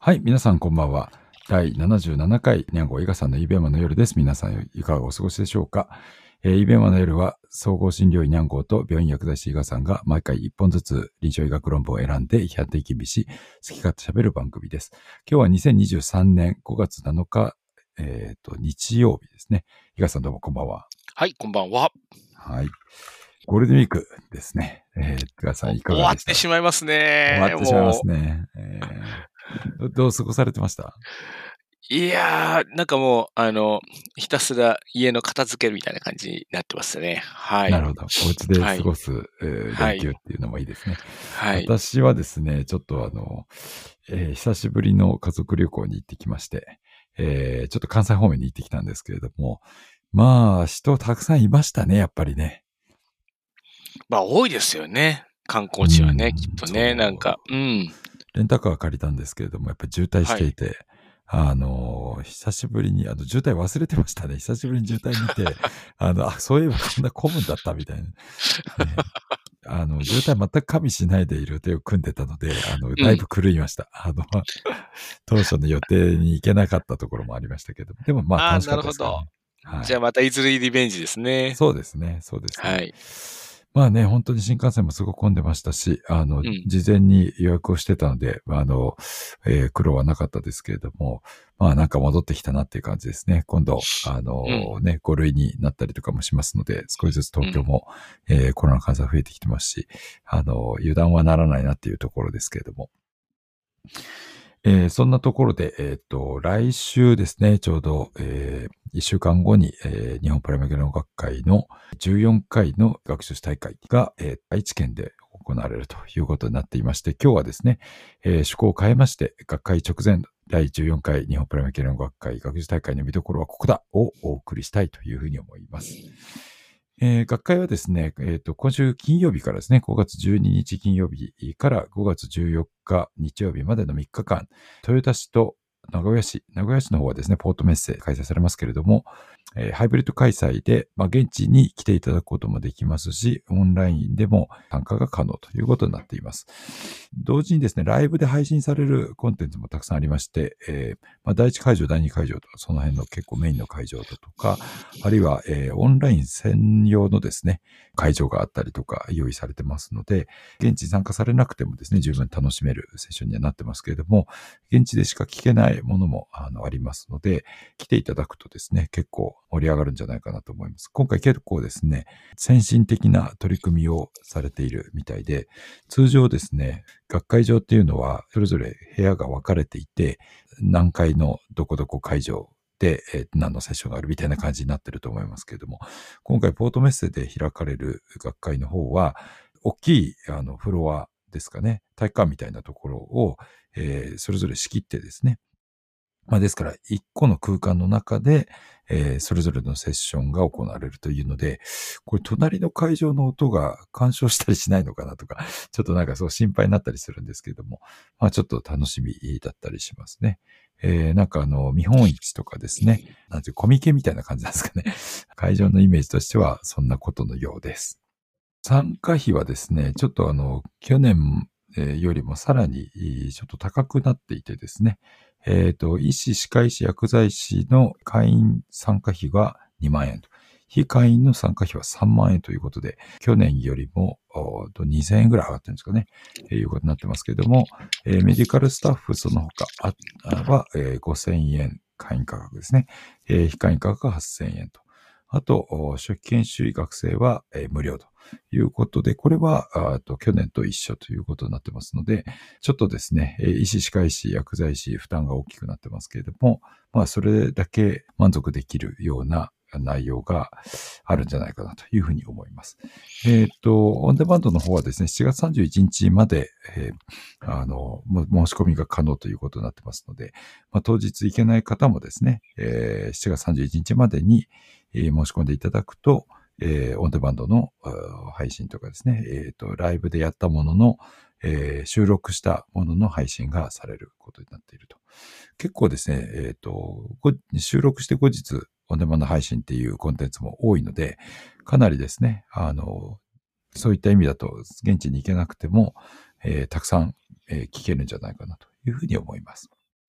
はい、皆さんこんばんは。第77回にゃんご伊賀さんのイベマの夜です。皆さんいかがお過ごしでしょうか。イベマの夜は総合診療医にゃんごと病院薬剤師伊賀さんが毎回1本ずつ臨床医学論文を選んで批判的にし、好き勝手喋る番組です。今日は2023年5月7日、日曜日ですね。伊賀さんどうもこんばんは。 はい、こんばんは。 はい。ゴールデンウィークですね。伊賀さんいか終わっがでした？ てしまいます終ね。 わってしまいますね。どう過ごされてました？ いやー、なんかもう、ひたすら家の片付けるみたいな感じになってますね。はい。 なるほど。お家ではい。 過ごす、 はい。 連休っていうのもいいですね。 はい。 私はですね、ちょっと久しぶりの家族旅行に行ってきまして、ちょっと関西方面に行ってきたんですけれども、まあ、人たくさんいましたね、やっぱりね。 まあ、多いですよね。観光地はね、きっとね。なんか、 そう。レンタカー借りたんですけれども、やっぱり渋滞しはい。 ていて、久しぶりに、渋滞忘れてましたね。久しぶりに渋滞見て、そういえばこんな混むんだったみたいな。ね、渋滞全く加味しないでいる予定を組んでたので、だいぶ狂いました。当初の予定に行けなかったところもありましたけど、でもまあああ、 楽しかなるほど。 ったですけどね。はい。 じゃあまたいずれリベンジですね。 そうですね、そうですね。 はい。 まあね、本当に新幹線もすごく混んでましたし、 うん。 事前に予約をしてたので、苦労はなかったですけれども、まあなんか戻ってきたなっていう感じですね。今度、 うん。 5類になったりとかもしますので、少しずつうん。 東京も、コロナ患者増えてきてますし、油断はならないなっていうところですけれども。そんなところで、来週ですね、ちょうど、1週間後に、日本パラメグラム学会の14回の学習大会が、愛知県で行われるということになっていまして、今日はですね、趣向を変えまして、学会直前、第14回日本パラメグラム学会学習大会の見どころはここだをお送りしたいというふうに思います。学会はですね、今週金曜日からですね、5月12日金曜日から5月14日日曜日までの3日間、豊田市と名古屋市の方はですね、ポートメッセ開催されますけれども、ハイブリッド開催で、現地に来ていただくこともできますし、オンラインでも参加が可能ということになっています。同時にですね、ライブで配信されるコンテンツもたくさんありまして、第1会場、第2会場とか、その辺の結構メインの会場だとか、あるいは、オンライン専用のですね、会場があったりとか用意されてますので、現地に参加されなくてもですね、十分楽しめるセッションにはなってますけれども、現地でしか聞けないものもありますので、来ていただくとですね、結構盛り上がるんじゃないかなと思います。今回結構ですね、先進的な取り組みをされているみたいで、通常ですね、学会場っていうのはそれぞれ部屋が分かれていて、何階のどこどこ会場で、何のセッションがあるみたいな感じになってると思いますけれども、今回ポートメッセで開かれる学会の方は、大きいフロアですかね、体育館みたいなところを、それぞれ仕切ってですね、ですから、一個の空間の中で、それぞれのセッションが行われるというので、これ隣の会場の音が干渉したりしないのかなとか、ちょっとなんかそう心配になったりするんですけれども、ちょっと楽しみだったりしますね。なんか見本市とかですね、なんていうコミケみたいな感じなんですかね。会場のイメージとしてはそんなことのようです。参加費はですね、ちょっと去年よりもさらにちょっと高くなっていてですね、医師、歯科医師、薬剤師の会員参加費は2万円と、非会員の参加費は3万円ということで、去年よりも2000円ぐらい上がってるんですかね、いうことになってますけれども、メディカルスタッフその他は5000円会員価格ですね。非会員価格が8000円と。あと、初期研修医学生は無料ということで、これは去年と一緒ということになってますので、ちょっとですね、医師、歯科医師、薬剤師、負担が大きくなってますけれども、それだけ満足できるような内容があるんじゃないかなというふうに思います。オンデマンドの方はですね、7月31日まで、申し込みが可能ということになってますので、当日行けない方もですね、7月31日までに、申し込んでいただくと、オンデマンドの配信とかですね、ライブでやったものの、収録したものの配信がされることになっていると。結構ですね、収録して後日、オンデマンド配信っていうコンテンツも多いので、かなりですね、そういった意味だと、現地に行けなくても、たくさん、聞けるんじゃないかなというふうに思います。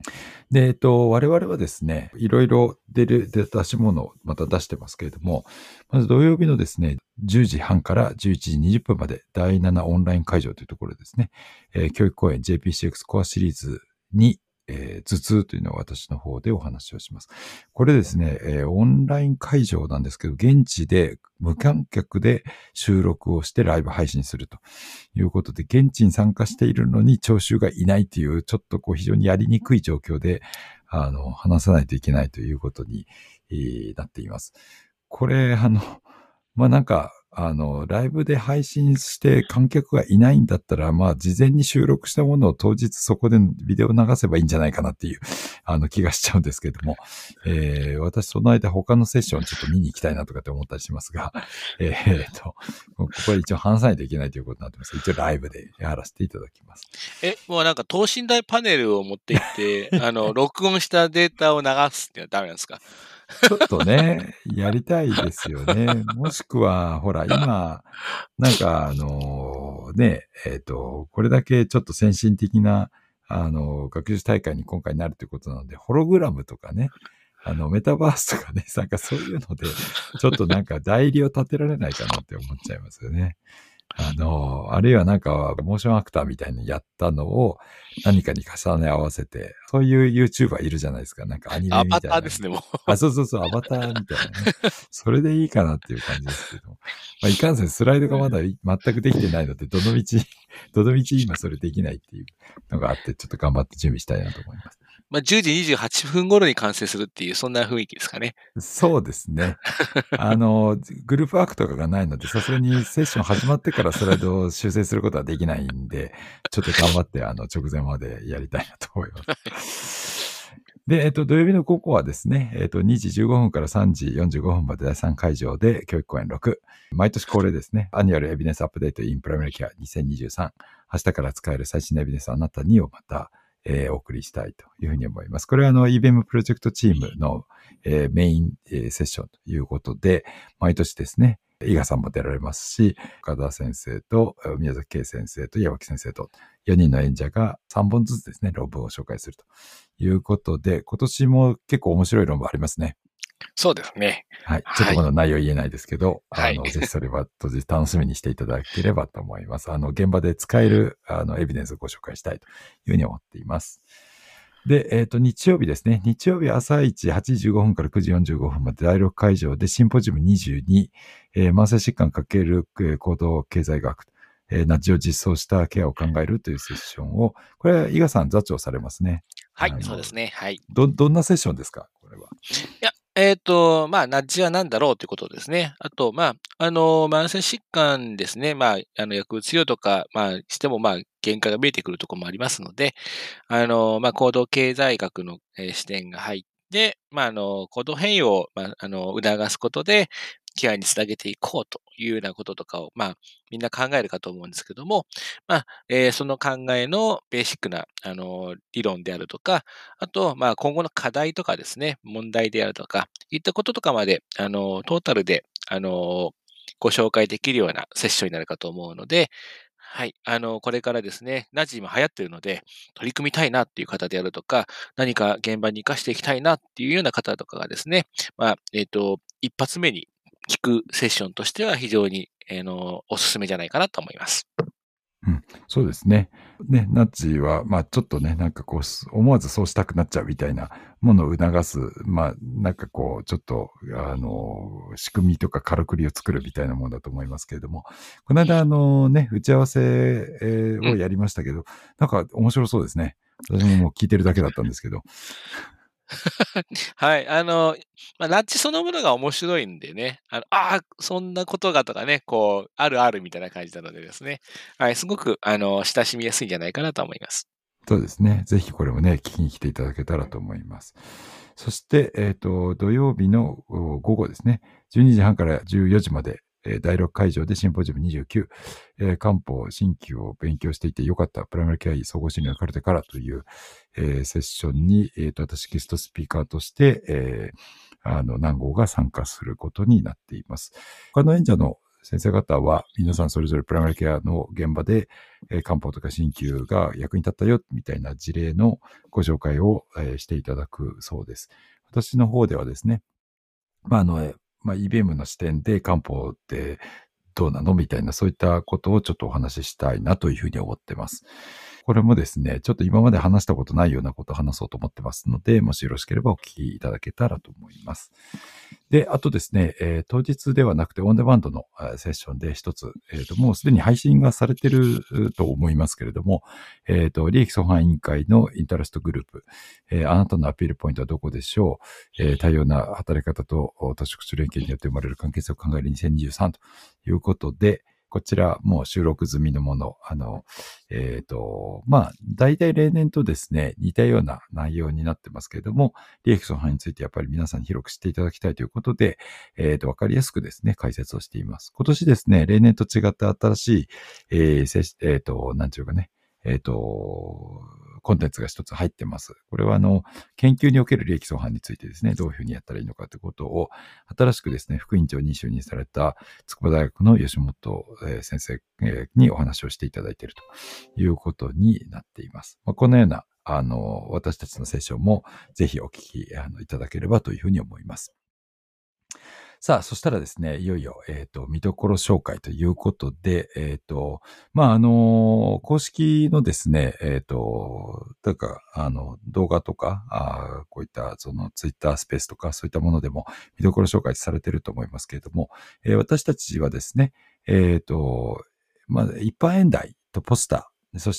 で、我々はですね、いろいろ出し物をまた出してますけれども、まず土曜日のですね、10時半から11時20分まで第7オンライン会場というところですね、教育講演 JPCX コアシリーズに、頭痛というのを私の方でお話をします。これですね、オンライン会場なんですけど、現地で無観客で収録をしてライブ配信するということで、現地に参加しているのに聴衆がいないという、ちょっと非常にやりにくい状況で、話さないといけないということに、なっています。これ、なんか、ライブで配信して観客がいないんだったら、事前に収録したものを当日そこでビデオ流せばいいんじゃないかなっていう、気がしちゃうんですけれども、私その間他のセッションちょっと見に行きたいなとかって思ったりしますが、ここは一応話さないといけないということになってます。一応ライブでやらせていただきます。 もうなんか等身大パネルを持っていって、録音したデータを流すっていうのはダメなんですか？ ちょっとね、やりたいですよね。もしくは、ほら、今、なんか、これだけちょっと先進的な、学術大会に今回なるということなので、ホログラムとかね、メタバースとかね、なんかそういうので、ちょっとなんか代理を立てられないかなって思っちゃいますよね。あるいはなんか、モーションアクターみたいにやったのを何かに重ね合わせて、そういう YouTuber いるじゃないですか。なんかアニメアバみたいな。 ターですね、もう。 そうそうそう、アバターみたいなね。それでいいかなっていう感じですけど。いかんせんスライドがまだ全くできてないので、どの道今それできないっていうのがあって、ちょっと頑張って準備したいなと思います。 10時28分頃に完成するっていう、そんな雰囲気ですかね。 そうですね。グループワークとかがないので、さすがにセッション始まってからスライドを修正することはできないんで、ちょっと頑張って、直前までやりたいなと思います。で、土曜日の午後はですね、2時15分から3時45分まで第3会場で教育講演6。毎年恒例ですね、アニュアルエビデンスアップデートインプライマリケア2023。明日から使える最新のエビデンスあなたにをまた、お送りしたいというふうに思います。これはEBM プロジェクトチームの、メイン、セッションということで、毎年ですね、伊賀さんも出られますし、岡田先生と宮崎圭先生と矢脇先生と4人の演者が3本ずつですね、論文を紹介するということで、今年も結構面白い論文ありますね。 そうですね。 はい。ちょっとまだ内容言えないですけど、 はい。 ぜひそれは当日楽しみにしていただければと思います。現場で使える、エビデンスをご紹介したいというふうに思っています。で、日曜日ですね。日曜日朝一8時15分から9時45分まで第6会場でシンポジウム22、慢性疾患×行動経済学、ナッジを実装したケアを考えるというセッションを、これは伊賀さん座長されますね。 はい、そうですね。はい。 どんなセッションですかこれは。 いや、ナッジは何だろうということですね。あと、慢性疾患ですね。薬物治療とか、しても、限界が見えてくるところもありますので、行動経済学の視点が入って、行動変容を、促すことで、ケアにつなげていこうというようなこととかを、みんな考えるかと思うんですけども、その考えのベーシックな、理論であるとか、あと、今後の課題とかですね、問題であるとか、いったこととかまで、トータルで、ご紹介できるようなセッションになるかと思うので、はい。これからですね、ナジ今流行ってるので、取り組みたいなっていう方であるとか、何か現場に活かしていきたいなっていうような方とかがですね、一発目に聞くセッションとしては非常に、おすすめじゃないかなと思います。 うん、そうですね。ね、ナッジは、ちょっとね、なんか思わずそうしたくなっちゃうみたいなものを促す、なんかちょっと、仕組みとかからくりを作るみたいなものだと思いますけれども、この間、打ち合わせ、をやりましたけど、なんか面白そうですね。私ももう聞いてるだけだったんですけど。 はい。ナッジそのものが面白いんでね、そんなことがとかね、あるあるみたいな感じなのでですね、はい、すごく、親しみやすいんじゃないかなと思います。 そうですね。ぜひこれもね、聞きに来ていただけたらと思います。そして、土曜日の午後ですね、12時半から14時まで、第6会場でシンポジウム29、漢方、新規を勉強していてよかった、プライマリケア医総合診療のカルテからという、セッションに、私ゲストスピーカーとして、南郷が参加することになっています。他の演者の先生方は皆さんそれぞれプライマリケアの現場で、漢方とか鍼灸が役に立ったよみたいな事例のご紹介を、していただくそうです。私の方ではですね、EBM の視点で漢方ってどうなのみたいな、そういったことをちょっとお話ししたいなというふうに思ってます。これもですね、ちょっと今まで話したことないようなことを話そうと思ってますので、もしよろしければお聞きいただけたらと思います。で、あとですね、当日ではなくてオンデマンドのセッションで一つ、もうすでに配信がされてると思いますけれども、利益相反委員会のインタレストグループ、あなたのアピールポイントはどこでしょう、多様な働き方と多職種連携によって生まれる関係性を考える2023ということで、こちらもう収録済みのもの、大体例年とですね、似たような内容になってますけれども、利益相反についてやっぱり皆さんに広く知っていただきたいということで、わかりやすくですね、解説をしています。今年ですね、例年と違った新しい、なんていうかね、コンテンツが一つ入ってます。これは研究における利益相反についてですね、どういうふうにやったらいいのかということを、新しくですね、副院長に就任された筑波大学の吉本先生にお話をしていただいているということになっています。このような、私たちのセッションもぜひお聞きいただければというふうに思います。さあ、そしたらですね、いよいよ、見どころ紹介ということで、公式のですね、動画とか、こういった、ツイッタースペースとか、そういったものでも見どころ紹介されていると思いますけれども、私たちはですね、一般演題とポスター、そして、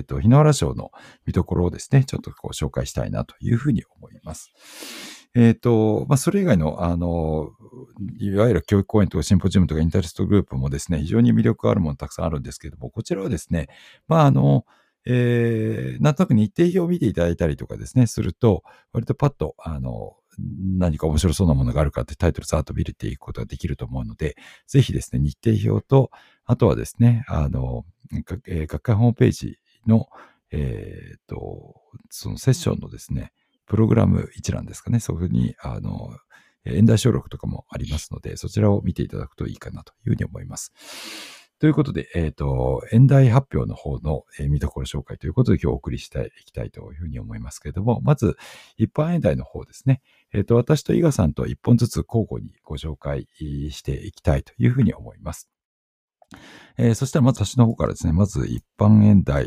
日野原賞の見どころをですね、ちょっと紹介したいなというふうに思います。それ以外の、いわゆる教育講演とかシンポジウムとかインタレストグループもですね、非常に魅力あるものたくさんあるんですけれども、こちらはですね、なんとなく日程表を見ていただいたりとかですね、すると、割とパッと、何か面白そうなものがあるかってタイトルざーっと見れていくことができると思うので、ぜひですね、日程表と、あとはですね、学会ホームページの、そのセッションのですね、プログラム一覧ですかね。そういうふうに、演題小録とかもありますので、そちらを見ていただくといいかなというふうに思います。ということで、演題発表の方の、見どころ紹介ということで今日お送りしていきたいというふうに思いますけれども、まず、一般演題の方ですね。私と伊賀さんと一本ずつ交互にご紹介していきたいというふうに思います。そしたらまず私の方からですね、まず一般演題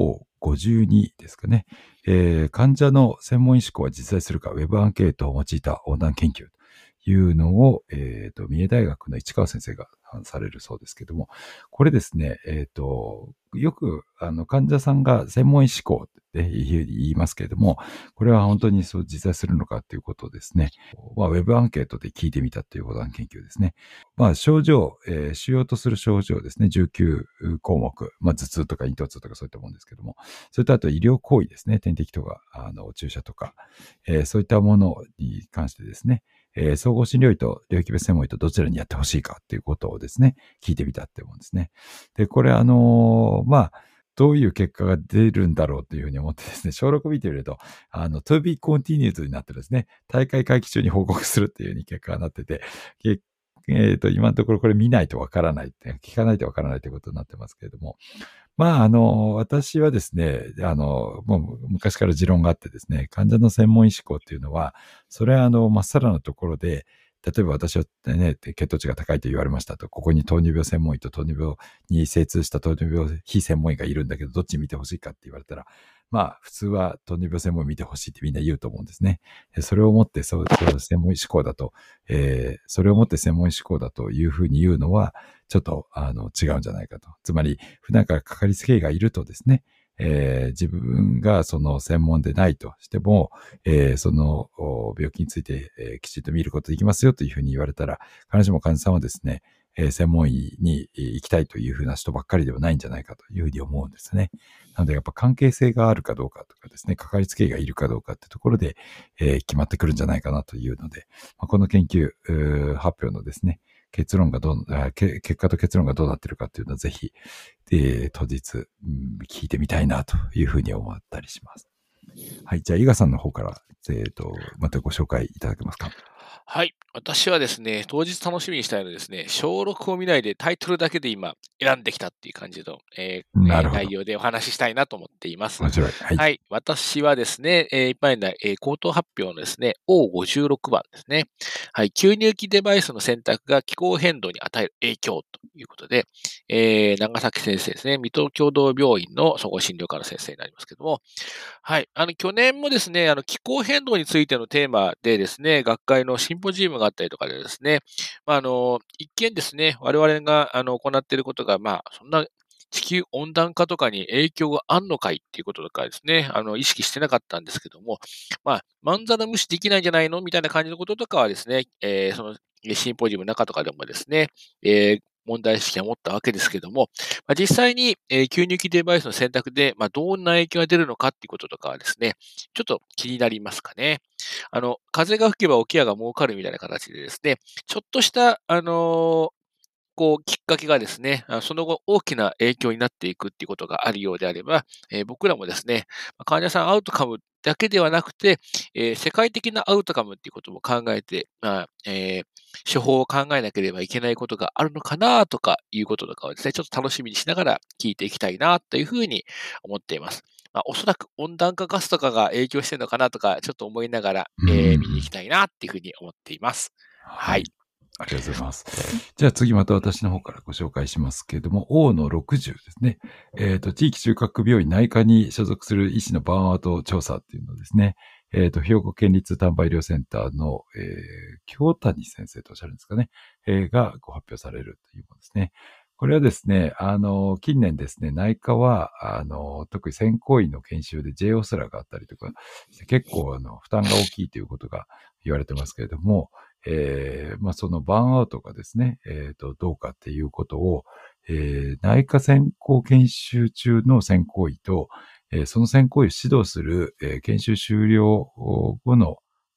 O52 ですかね。患者の専門医師校は実在するか、ウェブアンケートを用いた横断研究というのを、三重大学の市川先生がされるそうですけども、これですね、よく患者さんが専門医志向って言いますけれども、これは本当にそう実在するのかということをですね、ウェブアンケートで聞いてみたという横断研究ですね。症状、主要とする症状ですね、19項目、頭痛とか咽頭痛とかそういったものですけども、それとあと医療行為ですね、点滴とか、注射とか、そういったものに関してですね、総合診療医と領域別専門医とどちらにやってほしいかっていうことをですね、聞いてみたって思うんですね。で、これどういう結果が出るんだろうというふうに思ってですね、小6見てみると、to be continued になってですね、大会会期中に報告するっていうふうに結果がなってて、今のところこれ見ないとわからないって、聞かないとわからないということになってますけれども、私はですね、もう昔から持論があってですね、患者の専門医志向っていうのは、それはまっさらなところで、例えば私はね、血糖値が高いと言われましたと、ここに糖尿病専門医と糖尿病に精通した糖尿病非専門医がいるんだけど、どっち見てほしいかって言われたら、普通は糖尿病専門医見てほしいってみんな言うと思うんですね。それをもってそう専門医志向だと、それをもって専門医志向だというふうに言うのは、ちょっと違うんじゃないかと。つまり、普段からかかりつけ医がいるとですね、自分がその専門でないとしても、その病気について、きちんと見ることできますよというふうに言われたら、必ずしも患者さんはですね、専門医に行きたいというふうな人ばっかりではないんじゃないかというふうに思うんですね。なのでやっぱ関係性があるかどうかとかですね、かかりつけ医がいるかどうかってところで、決まってくるんじゃないかなというので、この研究発表のですね、結果と結論がどうなっているかというのはぜひ、当日、聞いてみたいなというふうに思ったりします。はい。じゃあ、伊賀さんの方から、またご紹介いただけますか。 はい。 私はですね、当日楽しみにしたいのですね、小6を見ないでタイトルだけで今選んできたっていう感じの、 なるほど。 内容でお話ししたいなと思っています。 面白い。はい。 はい。私はですね、一般内、口頭発表のですね、O56 番ですね。はい。吸入器デバイスの選択が気候変動に与える影響ということで、長崎先生ですね、水戸共同病院の総合診療科の先生になりますけども、はい。去年もですね、気候変動についてのテーマでですね、学会のシンポジウムがあったりとかでですね、一見ですね、我々が、行っていることが、そんな地球温暖化とかに影響があんのかいっていうこととかですね、意識してなかったんですけども、まんざら無視できないんじゃないのみたいな感じのこととかはですね、そのシンポジウムの中とかでもですね、問題意識を持ったわけですけども、実際に、吸入器デバイスの選択で、どんな影響が出るのかっていうこととかはですね、ちょっと気になりますかね。風が吹けば桶屋が儲かるみたいな形でですね、ちょっとした、きっかけがですね、その後大きな影響になっていくっていうことがあるようであれば、僕らもですね、患者さんアウトカムだけではなくて、世界的なアウトカムっていうことも考えて、処方を考えなければいけないことがあるのかなとかいうこととかをですね、ちょっと楽しみにしながら聞いていきたいなというふうに思っています。おそらく温暖化ガスとかが影響してるのかなとか、ちょっと思いながら、 うんうんう見に行きん。 たいなっていうふうに思っています。はい。 はい。ありがとうございます。じゃあ次また私の方からご紹介しますけれども、O の60ですね。地域中核病院内科に所属する医師のバーンアウト調査っていうのをですね、兵庫県立丹波医療センターの、京谷先生とおっしゃるんですかね、がご発表されるというものですね。これはですね、近年ですね、内科は、特に専攻医の研修で JO スラがあったりとか、結構、負担が大きいということが言われてますけれども、そのバーンアウトがですね、どうかっていうことを、内科専攻研修中の専攻医と、その専攻医を指導する、研修終了後の、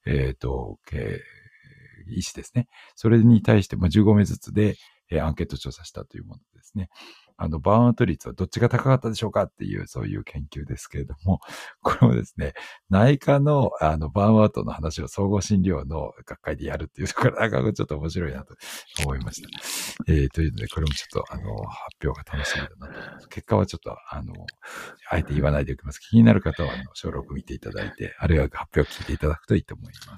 医師ですね。それに対して、15名ずつで、アンケート調査したというものですね。バーンアウト率はどっちが高かったでしょうかっていう、そういう研究ですけれども、これもですね、内科の、バーンアウトの話を総合診療の学会でやるっていうところが、なかなかちょっと面白いなと思いました。というので、これもちょっと、発表が楽しみだなと思います。結果はちょっと、あえて言わないでおきます。気になる方は、小6見ていただいて、あるいは発表を聞いていただくといいと思います。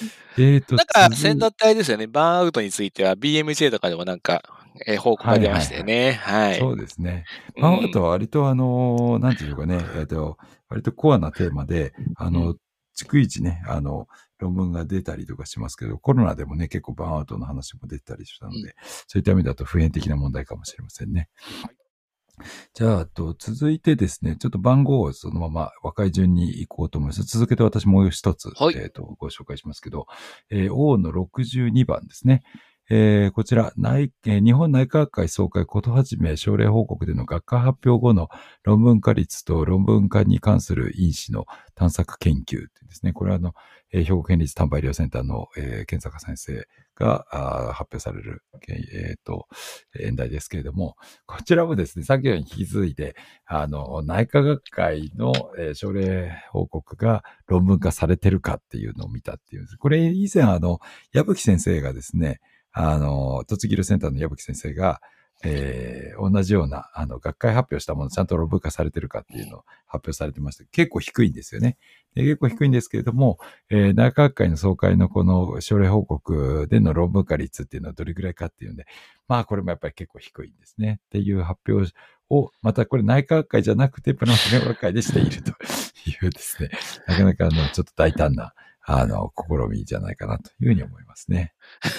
なんか、先だってあれですよね。バーンアウトについては BMJ とかでもなんか、報告はいが出まはいはい。 したよね。はい。 そうですね。あとうん。 は割となんていうかね、割とコアなテーマで、 うん。 逐一ね、論文が出たりとかしますけど、コロナでもね、結構バーンアウトの話も出たりしたうん。 ので、そういった意味だと普遍的な問題かもしれませんね。じゃあ、続いてですね、ちょっと番号をそのまま若い順に行こうと思います。続けて私もう一つ、 はい。 ご紹介しますけど、O の62番ですね。こちら、日本内科学会総会ことはじめ症例報告での学会発表後の論文化率と論文化に関する因子の探索研究ですね。これは兵庫県立丹波医療センターの、健坂先生が発表される、演題ですけれども、こちらもですね、さっきのように引き続いて、内科学会の、症例報告が論文化されてるかっていうのを見たっていうんです。これ以前矢吹先生がですね、栃木医療センターの矢吹先生が、同じような、学会発表したもの、ちゃんと論文化されてるかっていうのを発表されてました。結構低いんですよね。結構低いんですけれども、内科学会の総会のこの症例報告での論文化率っていうのはどれぐらいかっていうんで、これもやっぱり結構低いんですね。っていう発表を、またこれ内科学会じゃなくて、プラス内科学会でしているというですね、なかなかちょっと大胆な、試みじゃないかなというふうに思いますね。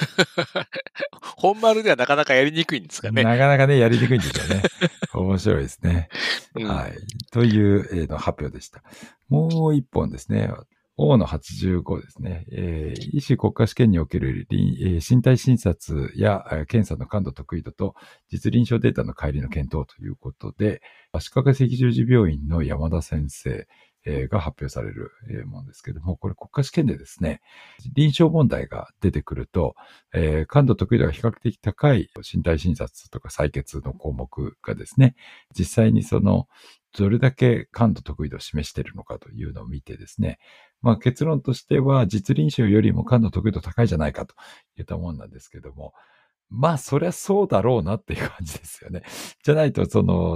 本丸ではなかなかやりにくいんですかね。 なかなかね、やりにくいんですよね。面白いですね。 うん。 はい。という、発表でした。もう一本ですね。O の85ですね。医師国家試験における身体診察や検査の感度得意度と実臨床データの乖離の検討ということで、足利赤十字病院の山田先生が発表されるものですけども、これ国家試験でですね、臨床問題が出てくると、感度得意度が比較的高い身体診察とか採血の項目がですね、実際にどれだけ感度得意度を示しているのかというのを見てですね、まあ結論としては実臨床よりも感度得意度高いじゃないかといったものなんですけども、まあそりゃそうだろうなっていう感じですよね。じゃないと、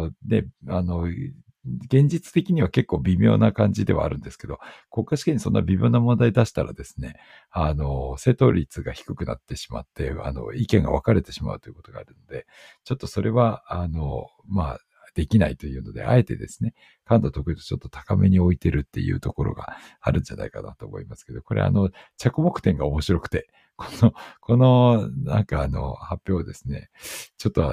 現実的には結構微妙な感じではあるんですけど、国家試験にそんな微妙な問題出したらですね、正答率が低くなってしまって、意見が分かれてしまうということがあるので、ちょっとそれは、まあ、できないというので、あえてですね、感度得意とちょっと高めに置いてるっていうところがあるんじゃないかなと思いますけど、これ着目点が面白くて、発表をですね、ちょっと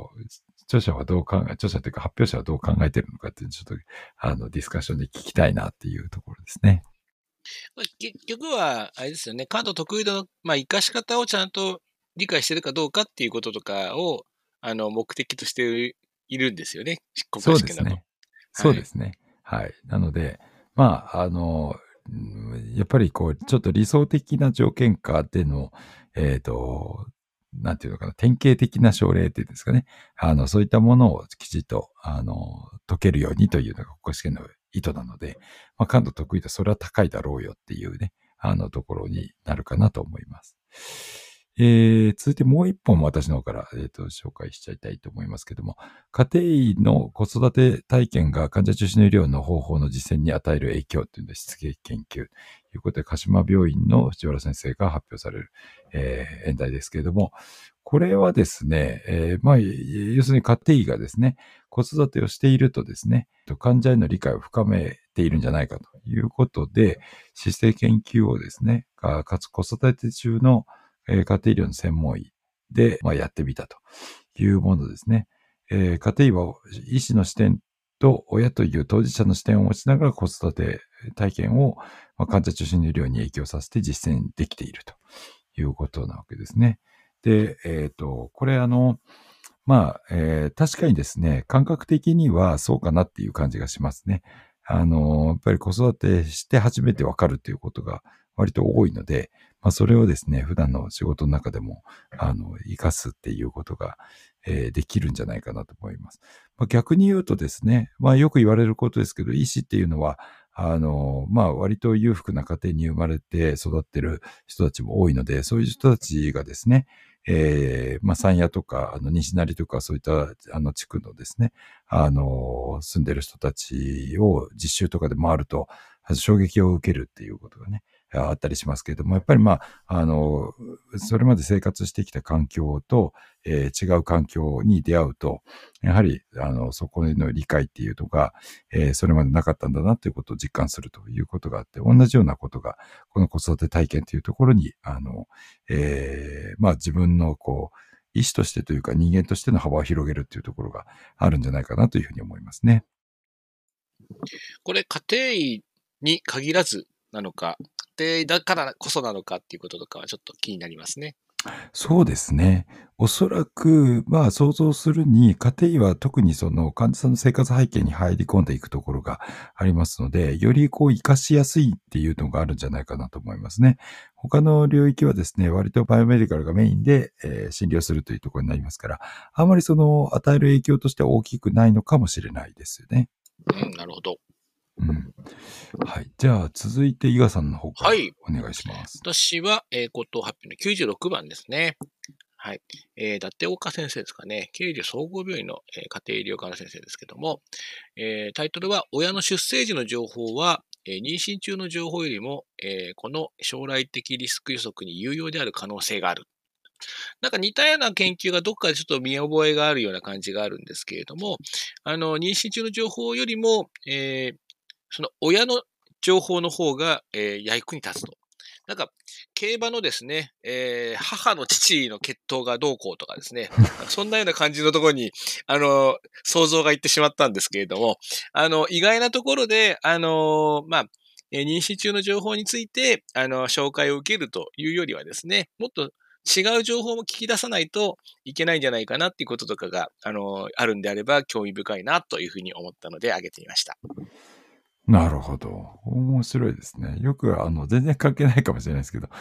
著者というか発表者はどう考えているのかっていう、ちょっと、ディスカッションで聞きたいなっていうところですね。 結局は、あれですよね、感度得意度の、活かし方をちゃんと理解してるかどうかっていうこととかを、目的としているんですよね、国家試験だと。 そうですね。はい。なので、やっぱりちょっと理想的な条件下での、なんていうのかな、典型的な症例っていうんですかね。そういったものをきちっと、解けるようにというのが国家試験の意図なので、感度得意度、それは高いだろうよっていうね、ところになるかなと思います。続いてもう一本も私の方から、紹介しちゃいたいと思いますけども、家庭医の子育て体験が患者中心の医療の方法の実践に与える影響というので、質系研究ということで、鹿島病院の藤原先生が発表される、演題ですけれども、これはですね、要するに家庭医がですね、子育てをしているとですね、患者への理解を深めているんじゃないかということで、姿勢研究をですね、かつ子育て中の家庭医療の専門医で、やってみたというものですね。家庭医は医師の視点と親という当事者の視点を持ちながら子育て体験を、患者中心の医療に影響させて実践できているということなわけですね。で、これ確かにですね、感覚的にはそうかなっていう感じがしますね。やっぱり子育てして初めてわかるということが割と多いので、それをですね、普段の仕事の中でも、活かすっていうことが、できるんじゃないかなと思います。逆に言うとですね、よく言われることですけど、医師っていうのは、割と裕福な家庭に生まれて育ってる人たちも多いので、そういう人たちがですね、山谷とか、西成とか、そういった、地区のですね、住んでる人たちを実習とかで回ると、衝撃を受けるっていうことがね、あったりしますけれども、やっぱりそれまで生活してきた環境と、違う環境に出会うと、やはり、そこへの理解っていうのが、それまでなかったんだなということを実感するということがあって、同じようなことが、この子育て体験というところに、自分の意思としてというか人間としての幅を広げるっていうところがあるんじゃないかなというふうに思いますね。 これ家庭医に限らずなのか、家庭だからこそなのかっていうこととかはちょっと気になりますね。 そうですね。おそらく、想像するに、家庭医は特にその患者さんの生活背景に入り込んでいくところがありますので、より活かしやすいっていうのがあるんじゃないかなと思いますね。他の領域はですね、割とバイオメディカルがメインで、診療するというところになりますから、あまり与える影響としては大きくないのかもしれないですよね。 なるほど。 はい。じゃあ、続いて伊賀さんの方からお願いします。 私は、口頭発表の96番ですね。はい。伊達岡先生ですかね。経理総合病院の、家庭医療科の先生ですけども、タイトルは、親の出生時の情報は、妊娠中の情報よりも、この将来的リスク予測に有用である可能性がある。なんか似たような研究がどっかでちょっと見覚えがあるような感じがあるんですけれども、妊娠中の情報よりも、その親の情報の方が、役に立つと。なんか、競馬のですね、母の父の血統がどうこうとかですね、そんなような感じのところに、想像がいってしまったんですけれども、意外なところで、妊娠中の情報について、紹介を受けるというよりはですね、もっと違う情報も聞き出さないといけないんじゃないかなっていうこととかが、あるんであれば興味深いなというふうに思ったので挙げてみました。 なるほど。面白いですね。よく、全然関係ないかもしれないですけど、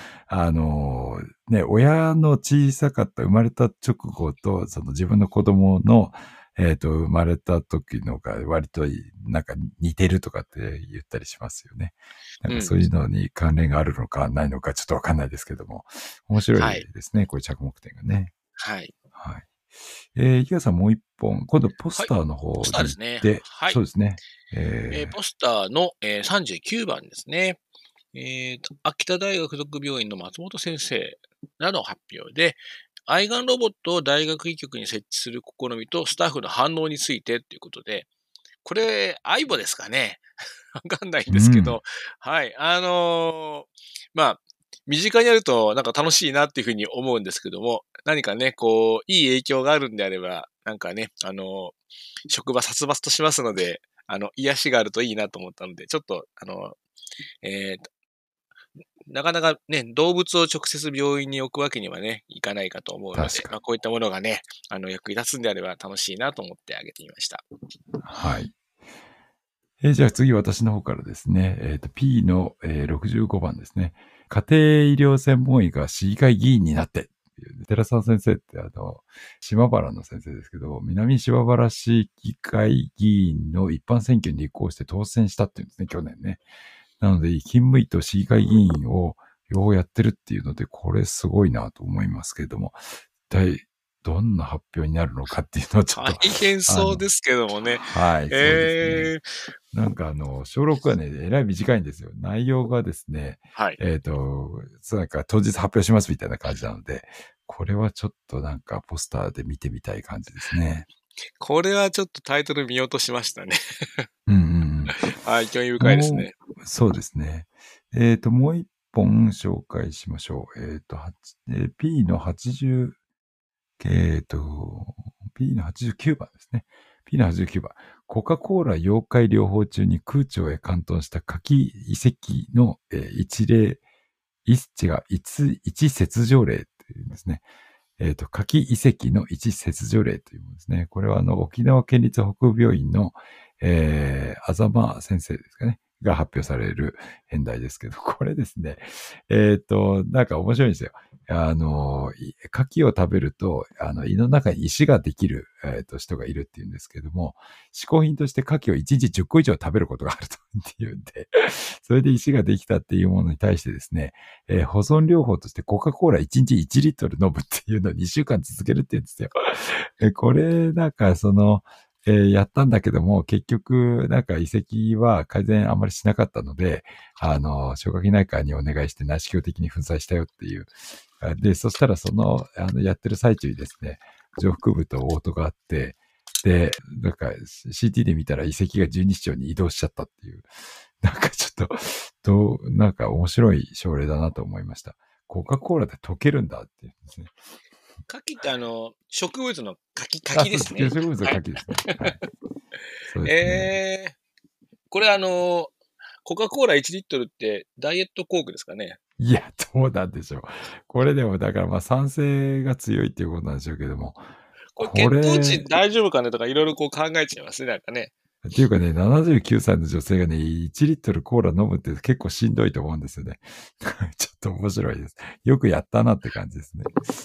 親の小さかった生まれた直後と、その自分の子供の、生まれた時のが割となんか似てるとかって言ったりしますよね。なんうん。 かそういうのに関連があるのかないのかちょっとわかんないですけども、面白いはい。 ですね。こういう着目点がね。 はい。 はい。池谷さんもう一本、今度ポスはい。 ターのポス方に行っターですね。 て、 はい。 そうですね。 ポスターの、39番ですね。秋田大学附属病院の松本先生らの発表で、愛玩ロボットを大学医局に設置する試みとスタッフの反応についてということで、これ、アイボですかね。わかんないんうん。 ですけど、はい。まあ、身近にあるとなんか楽しいなっていうふうに思うんですけども、何かね、こう、いい影響があるんであれば、なんかね、職場殺伐としますので、癒しがあるといいなと思ったので、ちょっと、えーなかなかね、動物を直接病院に置くわけにはね、いかないかと思うので、 確かに。 こういったものがね、役に立つんであれば楽しいなと思ってあげてみました。 はい。じゃあ次私の方からですね、P の、65番ですね。家庭医療専門医が市議会議員になって、寺澤先生って島原の先生ですけど、南島原市議会議員の一般選挙に立候補して当選したっていうんですね、去年ね。なので、勤務医と市議会議員を両方やってるっていうので、これすごいなと思いますけれども、一体どんな発表になるのかっていうのをちょっ大と、 変そうですけどもね。 はい、そうですね。 えー、 なんか小6はね、えらい短いんですよ。内容がですね、 はい。 なんか当日発表しますみたいな感じなので、これはちょっとなんかポスターで見てみたい感じですね。 これはちょっとタイトル見落としましたね。 うんうんはい、興味うん。 深いですね。 そうですね。もう一本紹介しましょう。P の80、えっと、P の89番ですね。P の89番。コカ・コーラ溶解療法中に空腸へ貫通した夏季遺跡の、一例、違う、一切除例っていうんですね。夏季遺跡の一切除例というものですね。これは沖縄県立北部病院の、あざま先生ですかね。が発表される変題ですけど、これですね。なんか面白いんですよ。牡蠣を食べると、胃の中に石ができる、人がいるっていうんですけども、嗜好品として牡蠣を1日10個以上食べることがあるというんで、それで石ができたっていうものに対してですね、保存療法としてコカ・コーラ1日1リットル飲むっていうのを2週間続けるって言うんですよ。これ、なんかやったんだけども、結局、なんか遺跡は改善あんまりしなかったので、消化器内科にお願いして内視鏡的に粉砕したよっていう。で、そしたらやってる最中にですね、上腹部と嘔吐があって、で、なんか CT で見たら遺跡が十二指腸に移動しちゃったっていう。なんかちょっなんか面白い症例だなと思いました。コカ・コーラで溶けるんだっていうんですね。 牡蠣って植物のあ、 柿そうです。 ですね。 植物のはい。 牡蠣ですね。はい。そうですね。 えこれコカ・コーラ1リットルってダイエットコークですかね。 いや、どうなんでしょう。これでも、だからまあ賛成が強いっていうことなんでしょうけども、 これこ血糖れ、 値大丈夫かねとかいろいろこう考えちゃいますね、なんかね。 っていうかね、79歳の女性がね、1リットルコーラ飲むって結構しんどいと思うんですよね。ちょっと面白いです。よくやったなって感じですね。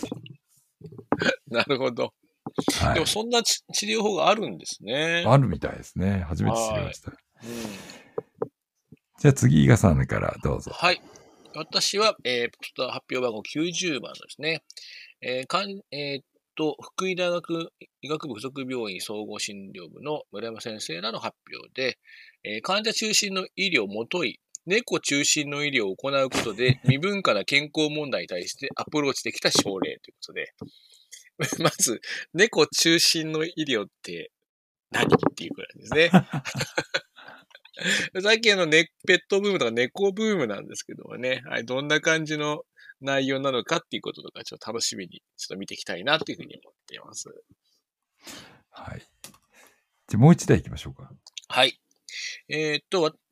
なるほど。でもはい。 そんな治療法があるんですね。 あるみたいですね。初めて知りはました。 い。うん。 じゃあ次、伊賀さんからどうぞ。 はい。私は、ポスター発表番号90番ですね。福井大学医学部附属病院総合診療部の村山先生らの発表で、患者中心の医療をもとい、猫中心の医療を行うことで、未分化な健康問題に対してアプローチできた症例ということで、まず、猫中心の医療って何っていうくらいですね。最近ペットブームとか猫ブームなんですけどもね、はい、どんな感じの内容なのかっていうこととか、ちょっと楽しみに、ちょっと見ていきたいなっていうふうに思っています。 はい。じゃあもう一台行きましょうか。 はい。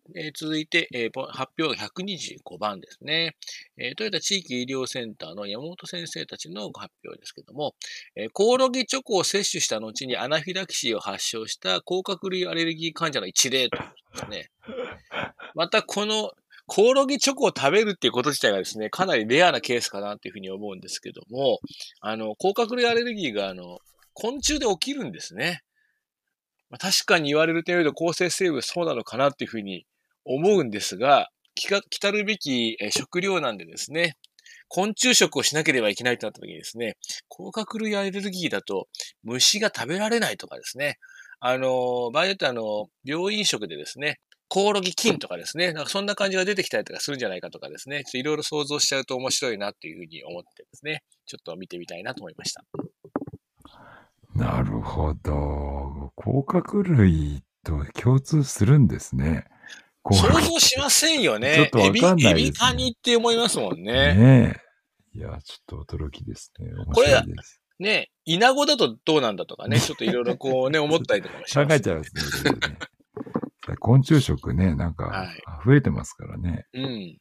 続いて、発表が125番ですね。トヨタ地域医療センターの山本先生たちのご発表ですけども、コオロギチョコを摂取した後にアナフィラキシーを発症した甲殻類アレルギー患者の一例ということですね。またこのコオロギチョコを食べるっていうこと自体がですね、かなりレアなケースかなというふうに思うんですけども、甲殻類アレルギーが昆虫で起きるんですね。確かに言われる程度構成生物そうなのかなっていうふうに思うんですが、来るべき食料なんでですね、昆虫食をしなければいけないとなった時にですね、甲殻類アレルギーだと虫が食べられないとかですね、場合によって病院食でですね、コオロギ菌とかですね、なんかそんな感じが出てきたりとかするんじゃないかとかですね、ちょっといろいろ想像しちゃうと面白いなっていうふうに思ってですね、ちょっと見てみたいなと思いました。 なるほど。甲殻類と共通するんですね。コオロギって。 想像しませんよちょっね。 とわかんなエビいですね。 カニって思いますもんね。 ねえ。いや、ちょっと驚きですね。面これ、 白いです。 ね、イナゴだとどうなんだとかね、ちょっといろいろこうね、思ったりとかもし考ますよね。 えちゃいますね、いろいろね。昆虫食ね、なんかはい。 増えてますからね。 うん。 うん、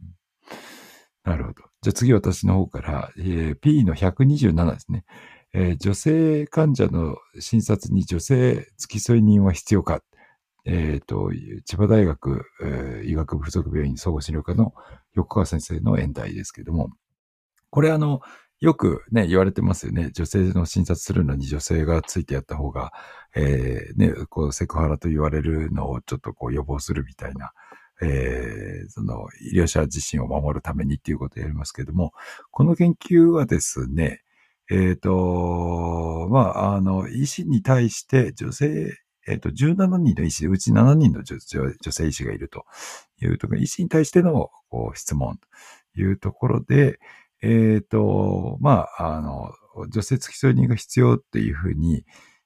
なるほど。じゃあ次私の方から、P の127ですね。女性患者の診察に女性付添人は必要か。千葉大学、医学部附属病院総合診療科の横川先生の演題ですけれども、これよくね、言われてますよね。女性の診察するのに女性がついてやった方が、ね、こう、セクハラと言われるのをちょっとこう予防するみたいな、その医療者自身を守るためにっていうことをやりますけれども、この研究はですね、医師に対して女性、17人の医師、うち7人の女性医師がいるというところ、医師に対してのこう質問というところで、女性付き添い人が必要っていうふうに、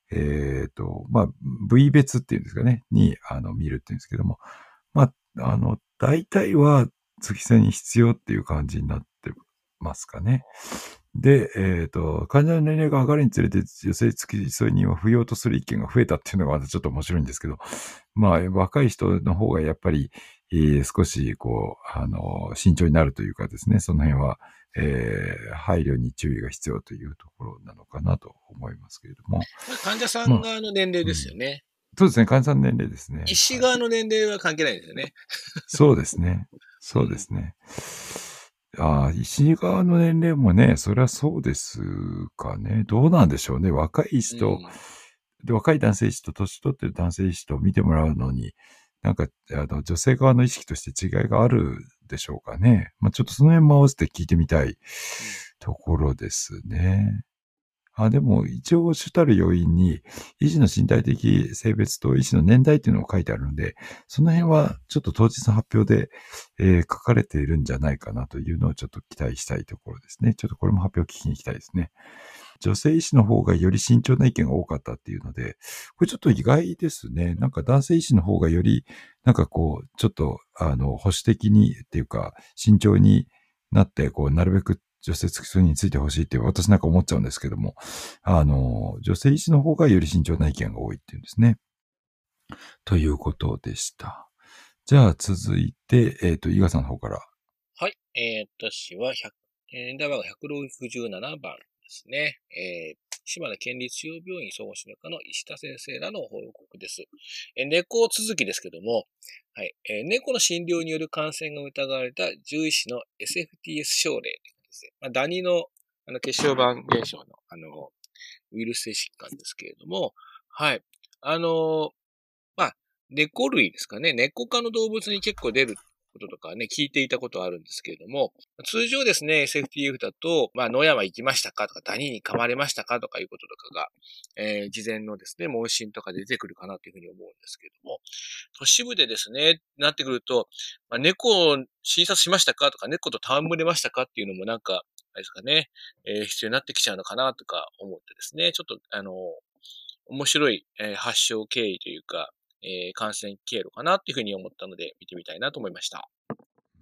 部位別っていうんですかね、に、見るっていうんですけども、大体は付き添いに必要っていう感じになってますかね。で、患者の年齢が上がるにつれて女性付き添い人は不要とする意見が増えたっていうのがまたちょっと面白いんですけど、若い人の方がやっぱり、少し、こう、慎重になるというかですね、その辺は、配慮に注意が必要というところなのかなと思いますけれども。 患者さんまあ、 側の年齢うん。 ですよね。 そうですね、患者さん年齢ですね。 医師はい。 側の年齢は関係ないですよね。 そうですね。そうでうん。 すね。医師側の年齢もね、そりゃそうですかね。どうなんでしょうね。若い医師と、 うん。 若い男性医師と年取ってる男性医師と見てもらうのに、なんか、女性側の意識として違いがあるでしょうかね。ちょっとその辺も合わせて聞いてみたいうん。 ところですね。でも一応主たる要因に、医師の身体的性別と医師の年代っていうのが書いてあるので、その辺はちょっと当日の発表で、書かれているんじゃないかなというのをちょっと期待したいところですね。ちょっとこれも発表聞きに行きたいですね。女性医師の方がより慎重な意見が多かったっていうので、これちょっと意外ですね。なんか男性医師の方がより、なんかこう、ちょっと、保守的にっていうか、慎重になって、こう、なるべく女性付き添いについてほしいって私なんか思っちゃうんですけども、女性医師の方がより慎重な意見が多いっていうんですね。ということでした。じゃあ続いて、伊賀さんの方から。 はい。私はエンダーバーが167番ですね。島根県立中央病院総合診療科の石田先生らの報告です。猫続きですけども、はい。猫の診療による感染が疑われた獣医師の SFTS 症例ですね。ダニの、血小板現象の、ウイルス性疾患ですけれども、はい。まあ、猫類ですかね。猫科の動物に結構出ることとかね、聞いていたことはあるんですけれども、通常ですね、SFTF だと、野山行きましたかとか、ダニに噛まれましたかとかいうこととかが、事前のですね、問診とかで出てくるかなというふうに思うんですけれども、都市部でですね、なってくると、猫を診察しましたかとか、猫と戯れましたかっていうのもなんか、あれですかね、必要になってきちゃうのかなとか思ってですね、ちょっと、面白い、発症経緯というか、感染経路かなっていうふうに思ったので、見てみたいなと思いました。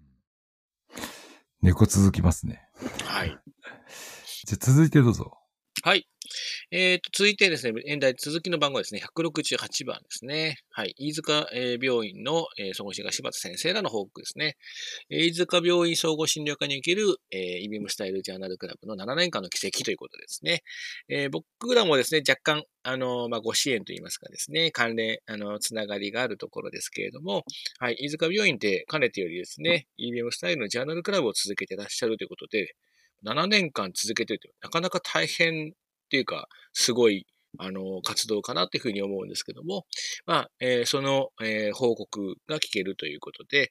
猫続きますね。 はい。 じゃあ続いてどうぞ。 はい。続いてですね、続きの番号ですね、168番ですね。はい。飯塚病院の総合診療科柴田先生らの報告ですね。飯塚病院総合診療科における、EBM スタイルジャーナルクラブの7年間の奇跡ということですね。僕らもですね、若干、ご支援といいますかですね、関連、つながりがあるところですけれども、はい。飯塚病院でかねてよりですね、EBM スタイルのジャーナルクラブを続けていらっしゃるということで、7年間続けているという、なかなか大変っていうか、すごい、活動かなというふうに思うんですけども、その、報告が聞けるということで、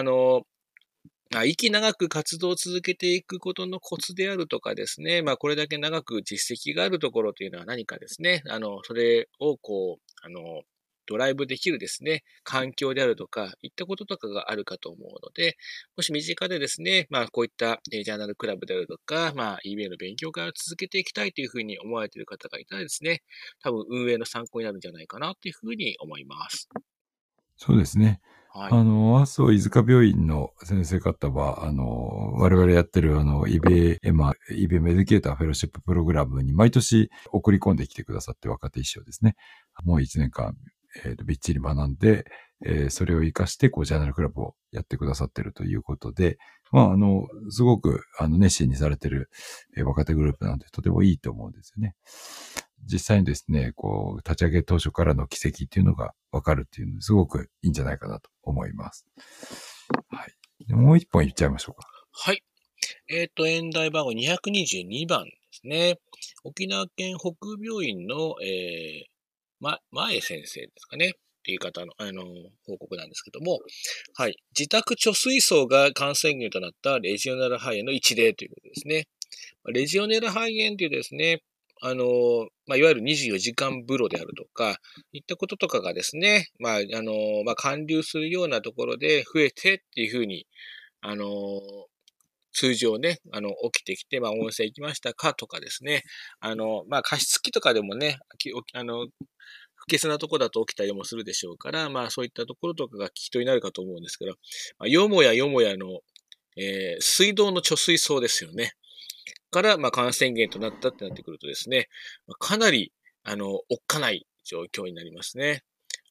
息長く活動を続けていくことのコツであるとかですね、これだけ長く実績があるところというのは何かですね、それをドライブできるですね、環境であるとか、いったこととかがあるかと思うので、もし身近でですね、こういったジャーナルクラブであるとか、EBA の勉強会を続けていきたいというふうに思われている方がいたらですね、多分運営の参考になるんじゃないかなというふうに思います。 そうですね。 はい。 阿蘇飯塚病院の先生方は、我々やってるEBA、EBM エデュケーターフェローシッププログラムに毎年送り込んできてくださって若手医師をですね、もう1年間、びっちり学んで、それを活かして、ジャーナルクラブをやってくださってるということで、すごく、熱心にされてる、若手グループなんで、とてもいいと思うんですよね。実際にですね、立ち上げ当初からの軌跡っていうのがわかるっていうのですごくいいんじゃないかなと思います。はい。でもう一本言っちゃいましょうか。 はい。演題番号222番ですね。沖縄県北部病院の、前先生ですかね。っていう方の、報告なんですけども、はい。自宅貯水槽が感染源となったレジオネラ肺炎の一例ということですね。レジオネラ肺炎というですね、いわゆる24時間風呂であるとか、いったこととかがですね、寒流するようなところで増えてっていうふうに、あの通常ね、起きてきて、温泉行きましたかとかですね、加湿器とかでもね、不潔なところだと起きたりもするでしょうから、そういったところとかが効きとになるかと思うんですけど、よもやの、水道の貯水槽ですよね。から、感染源となったってなってくるとですね、かなり、おっかない状況になりますね。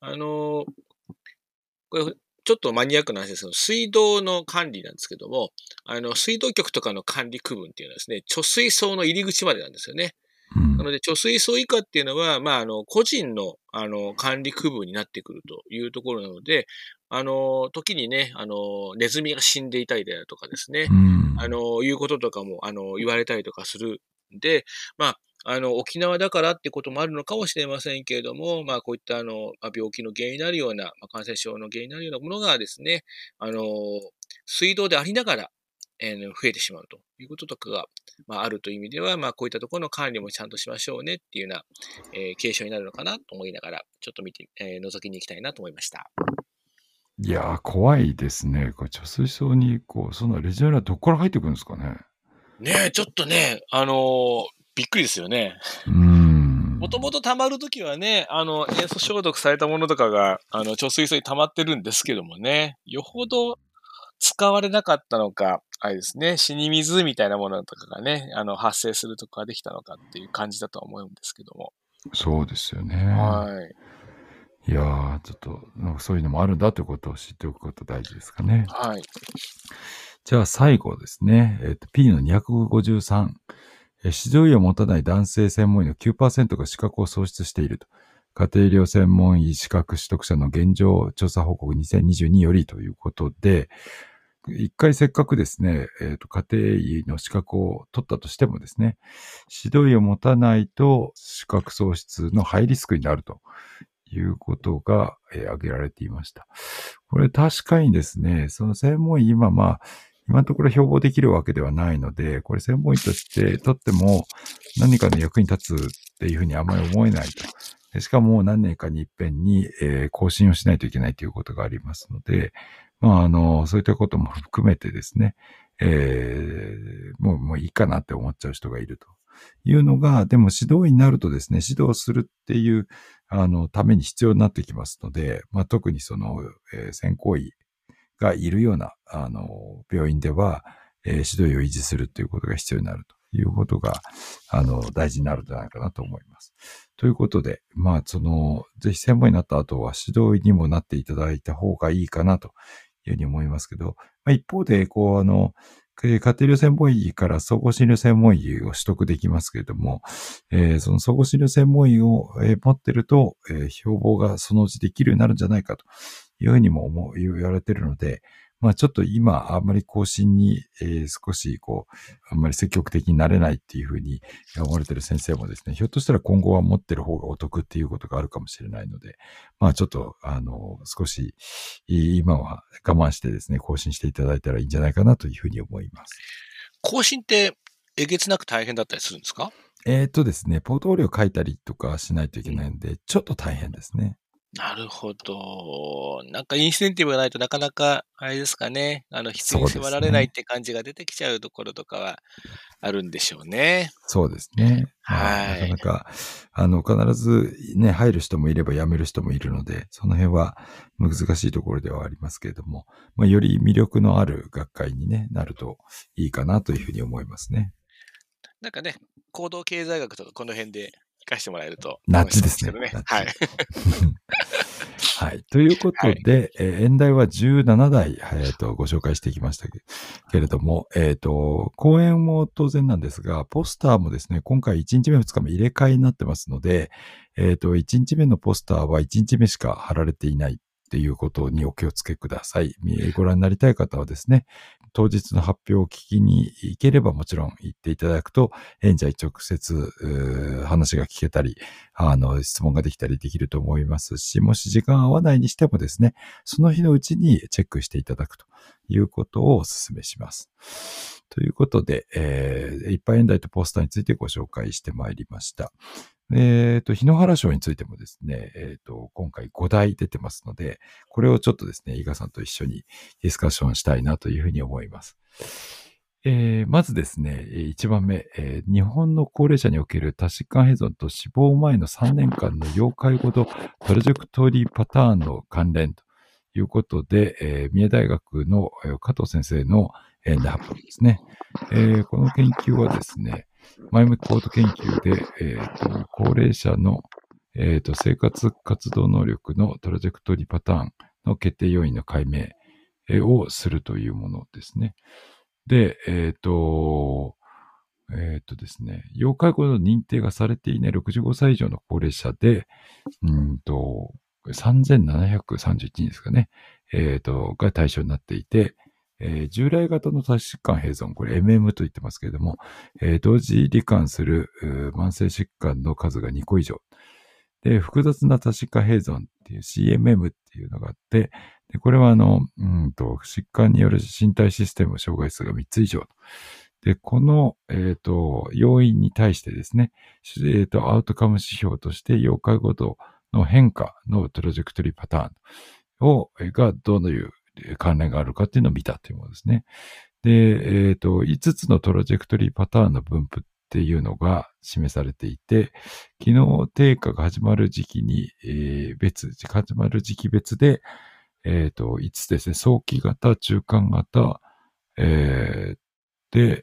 これ、ちょっとマニアックな話ですけど、水道の管理なんですけども、水道局とかの管理区分っていうのはですね、貯水槽の入り口までなんですよね。なので、貯水槽以下っていうのは、個人の、管理区分になってくるというところなので、時にね、ネズミが死んでいたりであるとかですね、いうこととかも、言われたりとかするんで、沖縄だからってこともあるのかもしれませんけれども、こういった、病気の原因になるような、感染症の原因になるようなものがですね、水道でありながら、増えてしまうということとかが、あるという意味では、こういったところの管理もちゃんとしましょうねっていうような、継承になるのかなと思いながら、ちょっと見て、覗きに行きたいなと思いました。 いやー、怖いですね。これ貯水槽に、そのレジオネラどこから入ってくるんですかね。 ねえ、ちょっとね、びっくりですよね。もともと溜まるときはね、塩素消毒されたものとかが、貯水槽に溜まってるんですけどもね、よほど使われなかったのか、あれですね、死に水みたいなものとかがね、発生するとかできたのかっていう感じだとは思うんですけども。 そうですよね。 はい。 いやー、ちょっと、なんかそういうのもあるんだということを知っておくこと大事ですかね。 はい。 じゃあ最後ですね。P の253。指導医を持たない男性専門医の 9% が資格を喪失していると。家庭医療専門医資格取得者の現状調査報告2022よりということで、一回せっかくですね、家庭医の資格を取ったとしてもですね、指導医を持たないと資格喪失のハイリスクになるということが、挙げられていました。これ確かにですね、その専門医今のところ標榜できるわけではないので、これ専門医として取っても何かの役に立つっていうふうにあまり思えないと。しかも何年かに一遍に、更新をしないといけないということがありますので、そういったことも含めてですね、もういいかなって思っちゃう人がいるというのが、でも指導医になるとですね、指導するっていう、ために必要になってきますので、特に専攻医がいるような、病院では、指導医を維持するということが必要になるということが、大事になるんじゃないかなと思います。ということで、ぜひ専門医になった後は指導医にもなっていただいた方がいいかなというふうに思いますけど、一方で、家庭医療専門医から総合診療専門医を取得できますけれども、その総合診療専門医を、持ってると、標榜がそのうちできるようになるんじゃないかというふうにも言われているので、ちょっと今、あんまり更新に、少し、あんまり積極的になれないっていうふうに思われている先生もですね、ひょっとしたら今後は持ってる方がお得っていうことがあるかもしれないので、ちょっと、少し、今は我慢してですね、更新していただいたらいいんじゃないかなというふうに思います。 更新って、えげつなく大変だったりするんですか？ ですね、ポートフォリオ書いたりとかしないといけないので、ちょっと大変ですね。 なるほど。なんかインセンティブがないとなかなか、あれですかね、必要にそうで迫られないっすね。 て感じが出てきちゃうところとかはあるんでしょうね。 そうですね。なはい。 かなか、必ずね、入る人もいれば辞める人もいるので、その辺は難しいところではありますけれども、より魅力のある学会にね、なるといいかなというふうに思いますね。 なんかね、行動経済学とかこの辺で活かしてもらえると楽しナッジですね。 そうですけどね。 ナッジ。 はい。 はい。ということはい。 で、演題は17題、ご紹介してきましたけれども、講演も当然なんですが、ポスターもですね、今回1日目2日目入れ替えになってますので、1日目のポスターは1日目しか貼られていないっていうことにお気をつけください。ご覧になりたい方はですね、当日の発表を聞きに行ければもちろん行っていただくと、演者に直接話が聞けたり、質問ができたりできると思いますし、もし時間合わないにしてもですね、その日のうちにチェックしていただくということをお勧めします。ということで、一般演題とポスターについてご紹介してまいりました。日野原賞についてもですね、今回5題出てますので、これをちょっとですね、伊賀さんと一緒にディスカッションしたいなというふうに思います。まずですね、1番目、日本の高齢者における多疾患併存と死亡前の3年間の要介護度トラジェクトリーパターンの関連ということで、三重大学の加藤先生の発表ですね。この研究はですね、前向きコード研究で、高齢者の、生活活動能力のトラジェクトリーパターンの決定要因の解明をするというものですね。で、ですね、要介護の認定がされていない65歳以上の高齢者で、3731人ですかね、が対象になっていて、従来型の多疾患併存、これ MM と言ってますけれども、同時罹患する慢性疾患の数が2個以上。で、複雑な多疾患併存っていう CMM っていうのがあって、で、これは疾患による身体システム障害数が3つ以上。で、この、要因に対してですね、アウトカム指標として要介護度の変化のトラジェクトリーパターンがどのいう関連があるかっていうのを見たというものですね。で、5つのトラジェクトリーパターンの分布っていうのが示されていて、機能低下が始まる時期に、始まる時期別で、5つですね、早期型、中間型、で、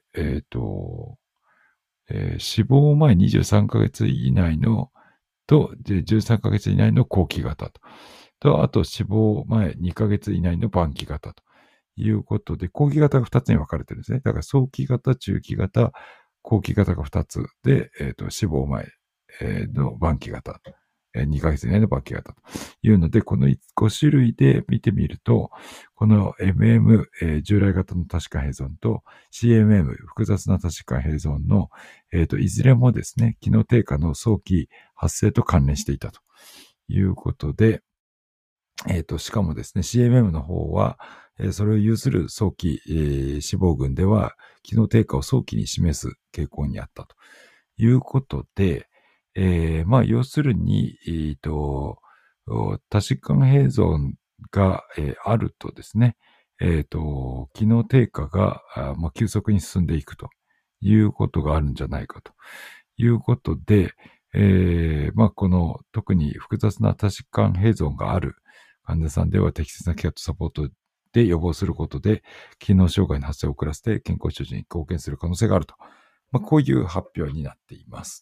死亡前23ヶ月以内の13ヶ月以内の後期型と、あと死亡前2ヶ月以内の晩期型ということで、後期型が2つに分かれてるんですね。だから早期型、中期型、後期型が2つで、死亡前、の晩期型、2ヶ月以内の晩期型というので、この5種類で見てみると、この MM、従来型の多疾患併存と CMM、複雑な多疾患併存の、いずれもですね、機能低下の早期発生と関連していたということで、しかもですね、CMM の方は、それを有する早期、死亡群では、機能低下を早期に示す傾向にあったということで、要するに、多疾患併存が、あるとですね、機能低下が、急速に進んでいくということがあるんじゃないかということで、この特に複雑な多疾患併存がある患者さんでは適切なケアとサポートで予防することで、機能障害の発生を遅らせて健康長寿に貢献する可能性があると。 こういう発表になっています。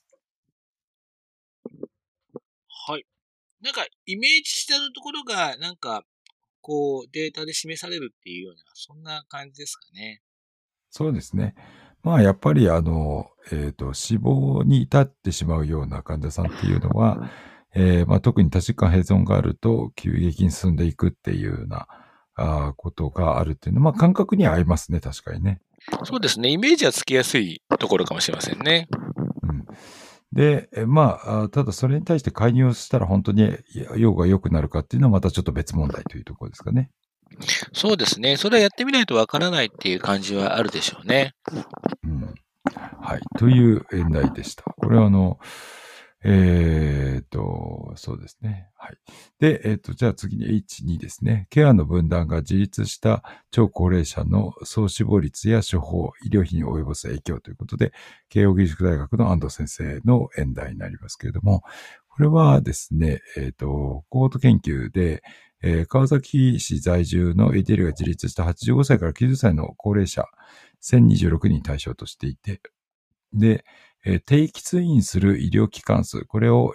はい。なんか、イメージしたところが、なんか、こう、データで示されるっていうような、そんな感じですかね。 そうですね。やっぱり死亡に至ってしまうような患者さんっていうのは、特に多疾患併存があると急激に進んでいくっていうようなことがあるっていうのは、感覚には合いますね、確かにね。 そうですね。イメージはつきやすいところかもしれませんね。 うん。で、ただそれに対して介入をしたら本当に用が良くなるかっていうのはまたちょっと別問題というところですかね。 そうですね。それはやってみないとわからないっていう感じはあるでしょうね。 うん。はい。という演題でした。これはそうですね。はい。で、じゃあ次に H2 ですね。ケアの分断が自立した超高齢者の総死亡率や処方、医療費に及ぼす影響ということで、慶應義塾大学の安藤先生の演題になりますけれども、これはですね、コート研究で、川崎市在住の ADL が自立した85歳から90歳の高齢者1026人対象としていて、で、定期通院する医療機関数、これを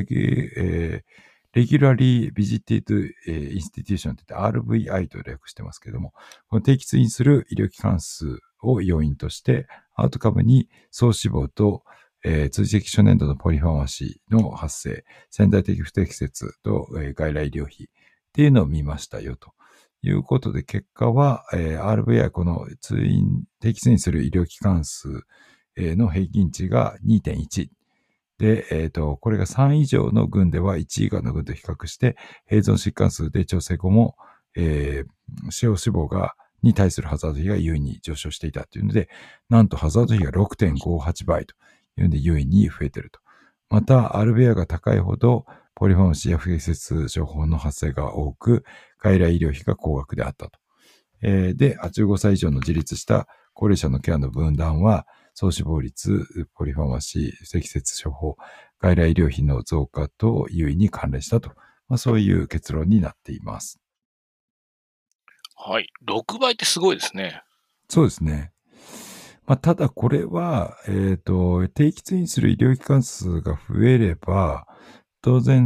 レギュラリービジティドインスティテューションといって RVI と略してますけれども、この定期通院する医療機関数を要因として、アウトカムに総死亡と、通知的初年度のポリファーマシーの発生、潜在的不適切と、外来医療費っていうのを見ましたよということで、結果は、RVI この定期通院する医療機関数の平均値が 2.1。で、これが3以上の群では1以下の群と比較して、併存疾患数で調整後も、使用死亡に対するハザード比が優位に上昇していたというので、なんとハザード比が 6.58 倍というので優位に増えていると。また、RBI が高いほど、ポリフォーマシーや不適切情報の発生が多く、外来医療費が高額であったと。で、85歳以上の自立した高齢者のケアの分断は、総死亡率、ポリファーマシー、不適切処方、外来医療費の増加と優位に関連したと。そういう結論になっています。 はい。6倍ってすごいですね。 そうですね。ただこれは、定期通院する医療機関数が増えれば、当然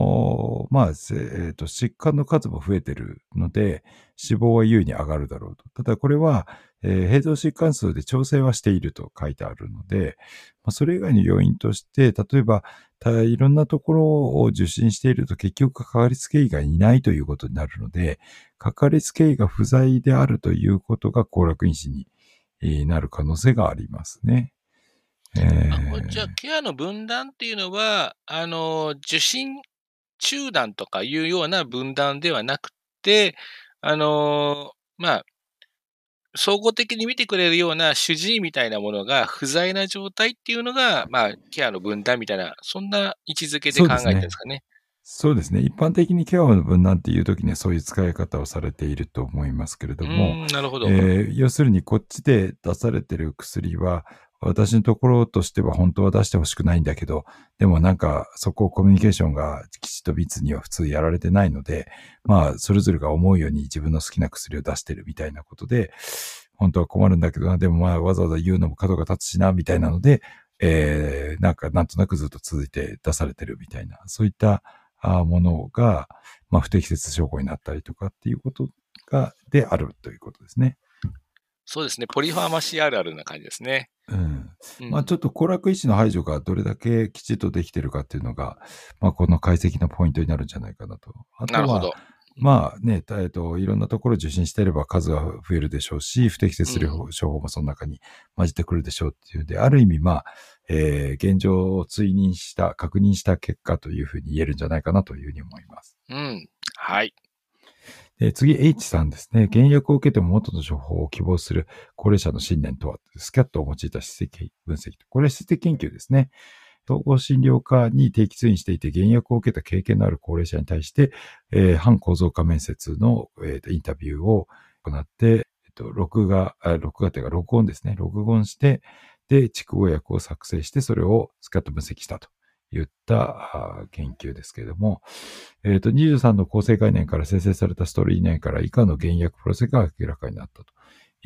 疾患の数も増えてるので、死亡は優位に上がるだろうと。ただこれは、併存疾患数で調整はしていると書いてあるので、それ以外の要因として、例えば、いろんなところを受診していると結局かかりつけ医がいないということになるので、かかりつけ医が不在であるということが後楽因子になる可能性がありますね。 じゃあ、ケアの分断っていうのは、受診中断とかいうような分断ではなくて、総合的に見てくれるような主治医みたいなものが不在な状態っていうのが、ケアの分断みたいな、そんな位置づけでそう考えてるんでですね。 すかね。 そうですね。一般的にケアの分断っていう時にはそういう使い方をされていると思いますけれども、 なるほど。 要するにこっちで出されてる薬は、私のところとしては本当は出してほしくないんだけど、でもなんかそこをコミュニケーションがきちっと密には普通やられてないので、それぞれが思うように自分の好きな薬を出してるみたいなことで、本当は困るんだけどな、でもわざわざ言うのも角が立つしな、みたいなので、なんとなくずっと続いて出されてるみたいな、そういったものが、不適切証拠になったりとかっていうことであるということですね。 そうですね。ポリファーマシーあるあるな感じですね。 ちょっと後楽医師の排除がどれだけきちっとできてるかっていうのが、この解析のポイントになるんじゃないかなと。あとは、 なるほど。 いろんなところを受診していれば数が増えるでしょうし、不適切処方もその中に混じってくるでしょうっていうので、ある意味、現状を確認した結果というふうに言えるんじゃないかなというふうに思います。 はい。 次、H さんですね。原薬を受けても元の処方を希望する高齢者の信念とは、スキャットを用いた質的分析。これは質的研究ですね。統合診療科に定期通院していて原薬を受けた経験のある高齢者に対して、反構造化面接の、インタビューを行って、録音ですね。録音して、で、蓄語訳を作成して、それをスキャット分析したといった研究ですけれども、23の構成概念から生成されたストーリー内から以下の原薬プロセスが明らかになったと。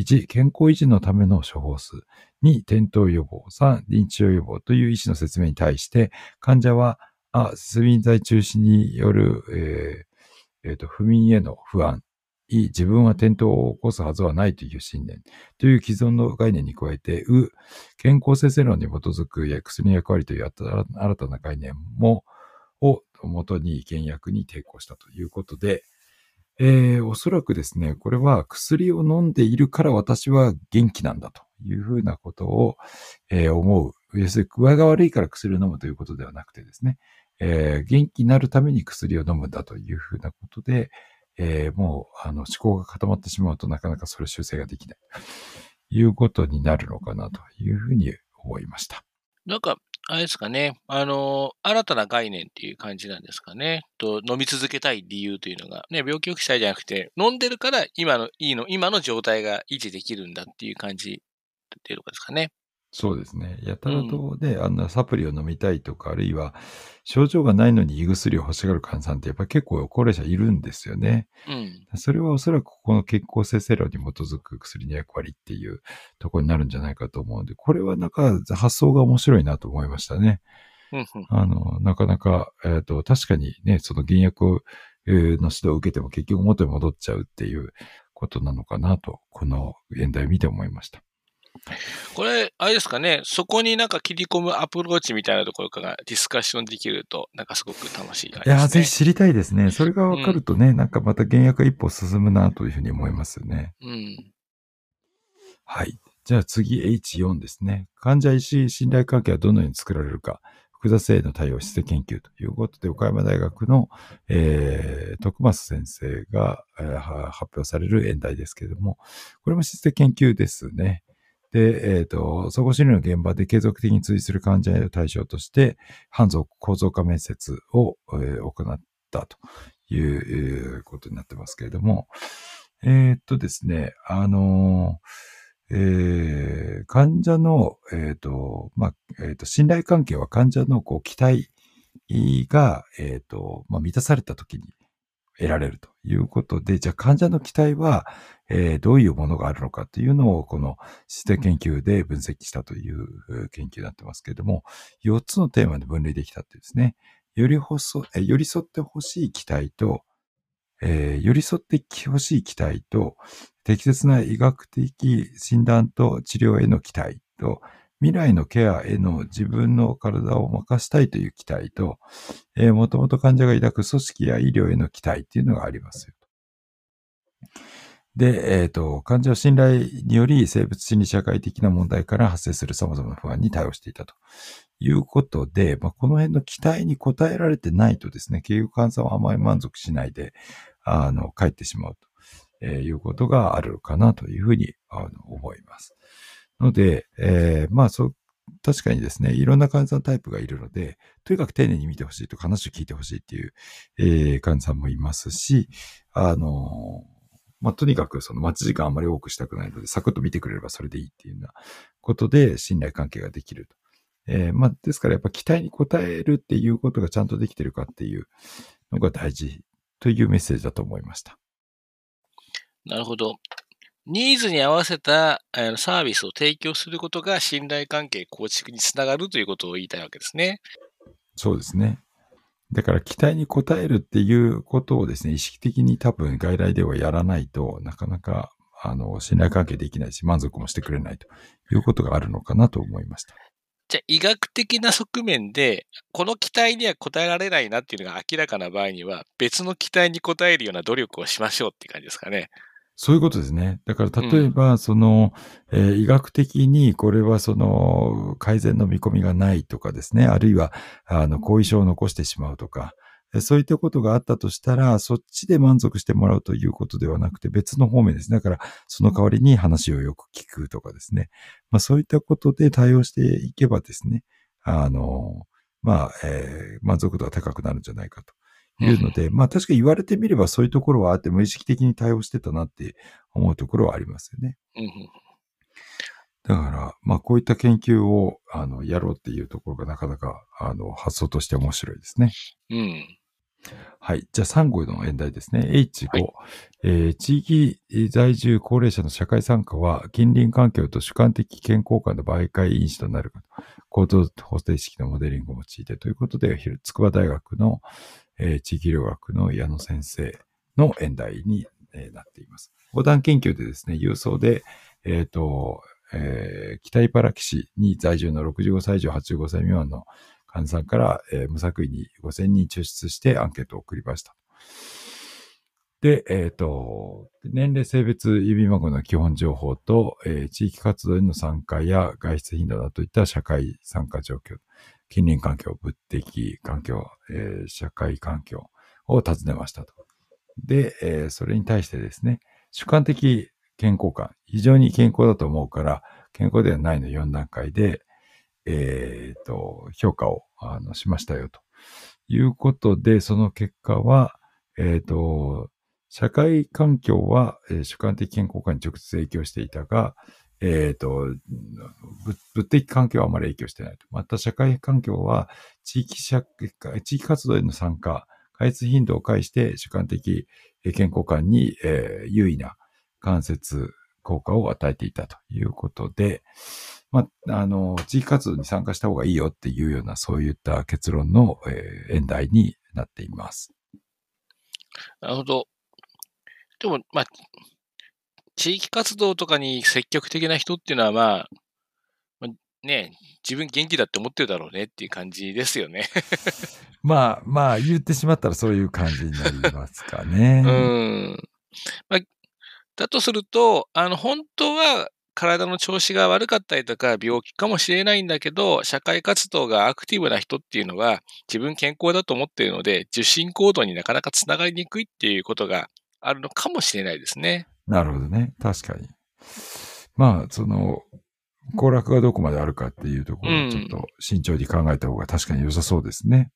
1、健康維持のための処方数。2、転倒予防。3、認知症予防という医師の説明に対して、患者は、睡眠剤中止による、不眠への不安。自分は転倒を起こすはずはないという信念。という既存の概念に加えて、健康性理論に基づく薬の役割という新たな概念を元に原薬に抵抗したということで、おそらくですね、これは薬を飲んでいるから私は元気なんだというふうなことを、思う。要するに具合が悪いから薬を飲むということではなくてですね、元気になるために薬を飲むんだというふうなことで、もう思考が固まってしまうとなかなかそれ修正ができないということになるのかなというふうに思いました。 なんか、あれですかね。新たな概念っていう感じなんですかね。飲み続けたい理由というのが、ね、病気をしたいじゃなくて、飲んでるから今の状態が維持できるんだっていう感じっていうのかですかね。 そうですね。やたらとね、サプリを飲みたいとか、あるいは症状がないのに胃薬を欲しがる患者さんってやっぱり結構高齢者いるんですよね。 うん。 それはおそらくこの健康性理論に基づく薬の役割っていうところになるんじゃないかと思うので、これはなんか発想が面白いなと思いましたね。 うん。 なかなか、確かにね、その原薬の指導を受けても結局元に戻っちゃうっていうことなのかなと、この現代を見て思いました。 これ、あれですかね。そこになんか切り込むアプローチみたいなところからディスカッションできると、なんかすごく楽しいあいやー、 れですね。 ぜひ知りたいですね。それがわかるとね、なんかまた原薬が一歩進むなというふうに思いますよね。 うん。 はい。じゃあ次 H4 ですね。患者医師信頼関係はどのように作られるか。複雑性の対応質研究ということで、岡山大学の、徳増先生が、発表される演題ですけれども、これも質的研究ですね。で、総合診療の現場で継続的に通じする患者を対象として、半臓構造化面接を、行ったということになってますけれども、ですね、患者の、信頼関係は患者の期待が、満たされたときに得られるということで、じゃあ患者の期待は、どういうものがあるのかというのを、この質的研究で分析したという研究になってますけれども、4つのテーマで分類できたってですね、寄り添ってほしい期待と、寄り添ってほしい期待と、適切な医学的診断と治療への期待と、未来のケアへの自分の体を任したいという期待と、もともと患者が抱く組織や医療への期待っていうのがありますよ。で、患者を信頼により生物心理社会的な問題から発生する様々な不安に対応していたということで、この辺の期待に応えられてないとですね、結局患者はあまり満足しないで、帰ってしまうということがあるかなというふうに思います。ので、確かにですね、いろんな患者さんタイプがいるので、とにかく丁寧に見てほしいとか話を聞いてほしいっていう、患者さんもいますし、とにかくその待ち時間あまり多くしたくないので、サクッと見てくれればそれでいいっていうようなことで信頼関係ができると。ですからやっぱ期待に応えるっていうことがちゃんとできてるかっていうのが大事というメッセージだと思いました。 なるほど。ニーズに合わせたサービスを提供することが信頼関係構築につながるということを言いたいわけですね。 そうですね。だから期待に応えるっていうことをですね、意識的に多分外来ではやらないとなかなか信頼関係できないし満足もしてくれないということがあるのかなと思いました。 じゃあ医学的な側面で、この期待には応えられないなっていうのが明らかな場合には、別の期待に応えるような努力をしましょうって感じですかね。 そういうことですね。だから例えば、医学的にこれは改善の見込みがないとかですね、あるいは、後遺症を残してしまうとか、そういったことがあったとしたら、そっちで満足してもらうということではなくて別の方面ですね。だから、その代わりに話をよく聞くとかですね。そういったことで対応していけばですね、満足度が高くなるんじゃないかと。いうので、確かに言われてみればそういうところはあって無意識的に対応してたなって思うところはありますよね。だから、こういった研究を、やろうっていうところがなかなか、発想として面白いですね。 うん。 はい。じゃあ3号の演題ですね。H5、 はい。 地域在住高齢者の社会参加は、近隣環境と主観的健康感の媒介因子となる行動方程式のモデリングを用いてということで、筑波大学の、地域医療学の矢野先生の演題に、なっています。横断研究でですね、郵送で、北茨城市に在住の65歳以上85歳未満の患者さんから、無作為に5000人抽出してアンケートを送りました。で、年齢、性別、郵便番号の基本情報と、地域活動への参加や外出頻度などといった社会参加状況、近隣環境、物的環境、社会環境を尋ねましたと。で、それに対してですね、主観的健康感、非常に健康だと思うから、健康ではないの4段階で、評価をしましたよということで、その結果は、社会環境は、主観的健康感に直接影響していたが、物的環境はあまり影響していないと。また、社会環境は地域活動への参加、外出頻度を介して主観的健康感に、優位な間接効果を与えていたということで、地域活動に参加した方がいいよっていうような、そういった結論の、演題になっています。 なるほど。でも、地域活動とかに積極的な人っていうのは、ね、自分元気だって思ってるだろうねっていう感じですよね。 言ってしまったらそういう感じになりますかうね。 ん。だとすると、本当は体の調子が悪かったりとか病気かもしれないんだけど、社会活動がアクティブな人っていうのは自分健康だと思っているので、受診行動になかなかつながりにくいっていうことがあるのかもしれないですね。 なるほどね。確かに。行楽がどこまであるかっていうところをちょっと慎重に考えた方が確かに良さそうですね。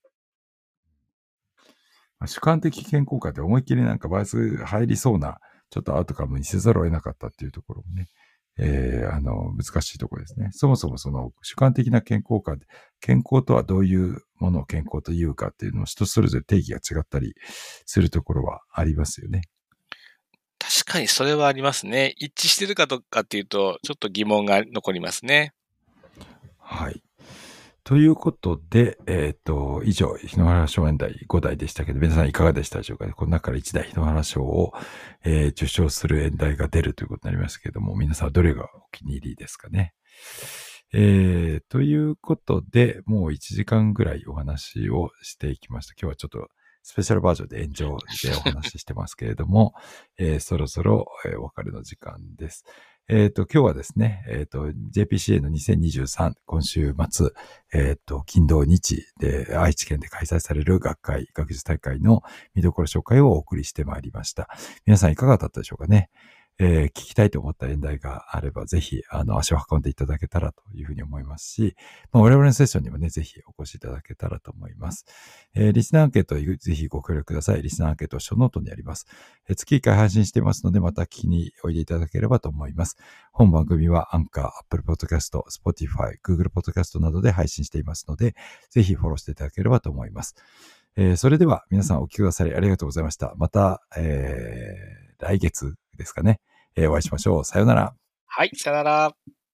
主観的健康感って思いっきりなんかバイアス入りそうな、ちょっとアウトカムにせざるを得なかったっていうところもね、難しいところですね。そもそもその主観的な健康感で、健康とはどういうものを健康というかっていうのを人それぞれ定義が違ったりするところはありますよね。 確かにそれはありますね。一致してるかどうかっていうと、ちょっと疑問が残りますね。 はい。ということで、以上、日野原賞演題5題でしたけど、皆さんいかがでしたでしょうか。この中から1題日野原賞を、受賞する演題が出るということになりますけれども、皆さんはどれがお気に入りですかね。ということで、もう1時間ぐらいお話をしていきました。今日はちょっとスペシャルバージョンで炎上でお話ししてますけれども、そろそろ、お別れの時間です。今日はですね、JPCA の2023今週末、金土日で愛知県で開催される学術大会の見どころ紹介をお送りしてまいりました。皆さんいかがだったでしょうかね。聞きたいと思った演題があれば、ぜひ、足を運んでいただけたらというふうに思いますし、我々のセッションにもね、ぜひお越しいただけたらと思います。リスナーアンケートぜひご協力ください。リスナーアンケート、ショーノートにあります。月1回配信していますので、また聞きにおいでいただければと思います。本番組はアンカー、Apple Podcast、Spotify、Google Podcast などで配信していますので、ぜひフォローしていただければと思います。それでは皆さんお聞きくださりありがとうございました。また、来月ですかね、お会いしましょう。さようなら。 はい、さよなら。